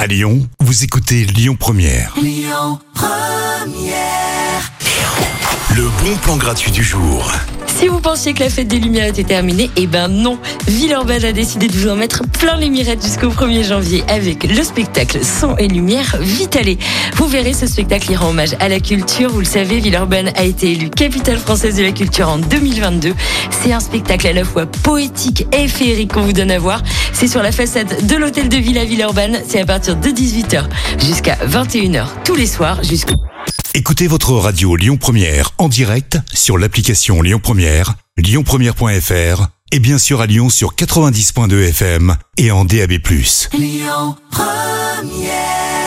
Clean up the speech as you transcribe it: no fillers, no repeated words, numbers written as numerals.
À Lyon, vous écoutez Lyon Première. Lyon Première. Le bon plan gratuit du jour. Si vous pensiez que la fête des Lumières était terminée, eh ben non. Villeurbanne a décidé de vous en mettre plein les mirettes jusqu'au 1er janvier avec le spectacle Son et Lumière Vite-Aller. Vous verrez, ce spectacle ira hommage à la culture. Vous le savez, Villeurbanne a été élue capitale française de la culture en 2022. C'est un spectacle à la fois poétique et féerique qu'on vous donne à voir. C'est sur la façade de l'hôtel de ville à Villeurbanne. C'est à partir de 18h jusqu'à 21h tous les soirs jusqu'au... Écoutez votre radio Lyon Première en direct sur l'application Lyon Première, lyonpremière.fr et bien sûr à Lyon sur 90.2 FM et en DAB+. Lyon Première.